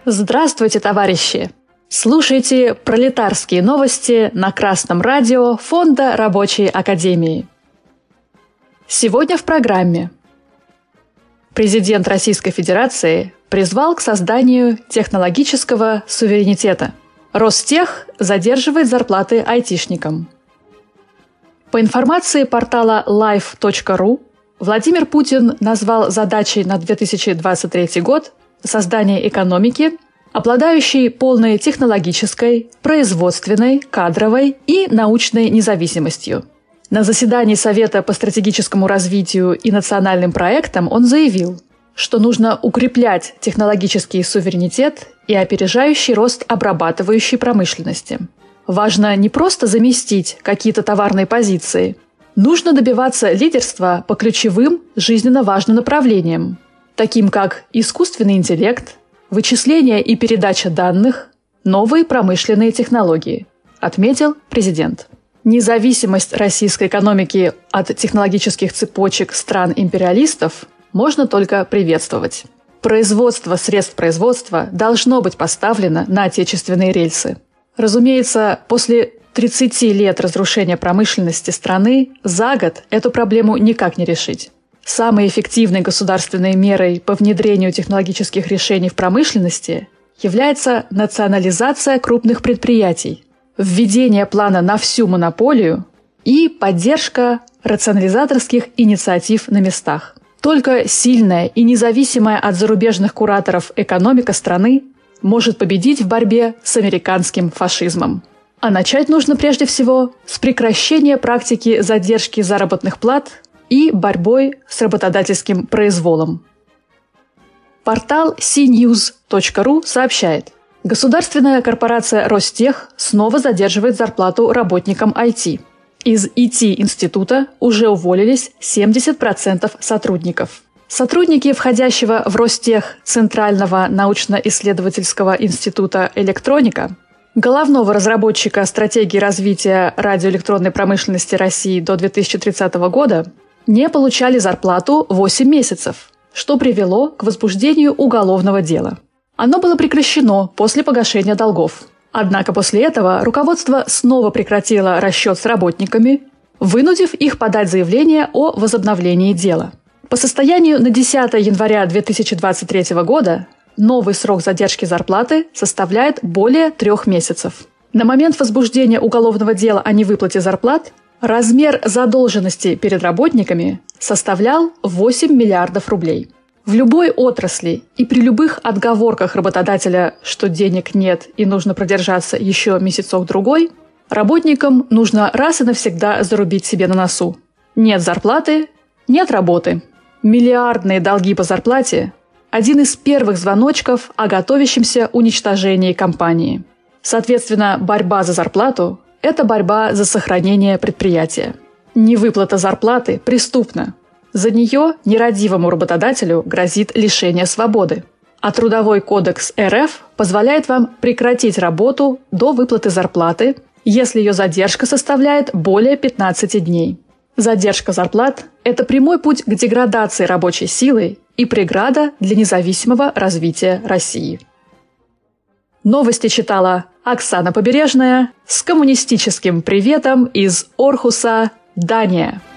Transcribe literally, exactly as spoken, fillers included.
Здравствуйте, товарищи! Слушайте пролетарские новости на Красном радио Фонда Рабочей Академии. Сегодня в программе. Президент Российской Федерации призвал к созданию технологического суверенитета. Ростех задерживает зарплаты айтишникам. По информации портала лайф точка ру, Владимир Путин назвал задачей на две тысячи двадцать третий год создание экономики, обладающей полной технологической, производственной, кадровой и научной независимостью. На заседании Совета по стратегическому развитию и национальным проектам он заявил, что нужно укреплять технологический суверенитет и опережающий рост обрабатывающей промышленности. Важно не просто заместить какие-то товарные позиции. Нужно добиваться лидерства по ключевым жизненно важным направлениям, таким как искусственный интеллект, вычисление и передача данных, новые промышленные технологии, отметил президент. Независимость российской экономики от технологических цепочек стран-империалистов можно только приветствовать. Производство средств производства должно быть поставлено на отечественные рельсы. Разумеется, после тридцати лет разрушения промышленности страны за год эту проблему никак не решить. Самой эффективной государственной мерой по внедрению технологических решений в промышленности является национализация крупных предприятий, введение плана на всю монополию и поддержка рационализаторских инициатив на местах. Только сильная и независимая от зарубежных кураторов экономика страны может победить в борьбе с американским фашизмом. А начать нужно прежде всего с прекращения практики задержки заработных плат и борьбой с работодательским произволом. Портал си ньюс точка ру сообщает, государственная корпорация Ростех снова задерживает зарплату работникам ай ти. Из ай ти-института уже уволились семьдесят процентов сотрудников. Сотрудники входящего в Ростех Центрального научно-исследовательского института «Электроника», головного разработчика стратегии развития радиоэлектронной промышленности России до две тысячи тридцатого года, не получали зарплату восемь месяцев, что привело к возбуждению уголовного дела. Оно было прекращено после погашения долгов. Однако после этого руководство снова прекратило расчет с работниками, вынудив их подать заявление о возобновлении дела. По состоянию на десятое января две тысячи двадцать третьего года новый срок задержки зарплаты составляет более трех месяцев. На момент возбуждения уголовного дела о невыплате зарплат размер задолженности перед работниками составлял восемь миллиардов рублей. В любой отрасли и при любых отговорках работодателя, что денег нет и нужно продержаться еще месяцок-другой, работникам нужно раз и навсегда зарубить себе на носу. Нет зарплаты – нет работы. Миллиардные долги по зарплате – один из первых звоночков о готовящемся уничтожении компании. Соответственно, борьба за зарплату – это борьба за сохранение предприятия. Невыплата зарплаты преступна. За нее нерадивому работодателю грозит лишение свободы. А Трудовой кодекс эр эф позволяет вам прекратить работу до выплаты зарплаты, если ее задержка составляет более пятнадцати дней. Задержка зарплат – это прямой путь к деградации рабочей силы и преграда для независимого развития России. Новости читала Оксана Побережная с коммунистическим приветом из Орхуса, Дания.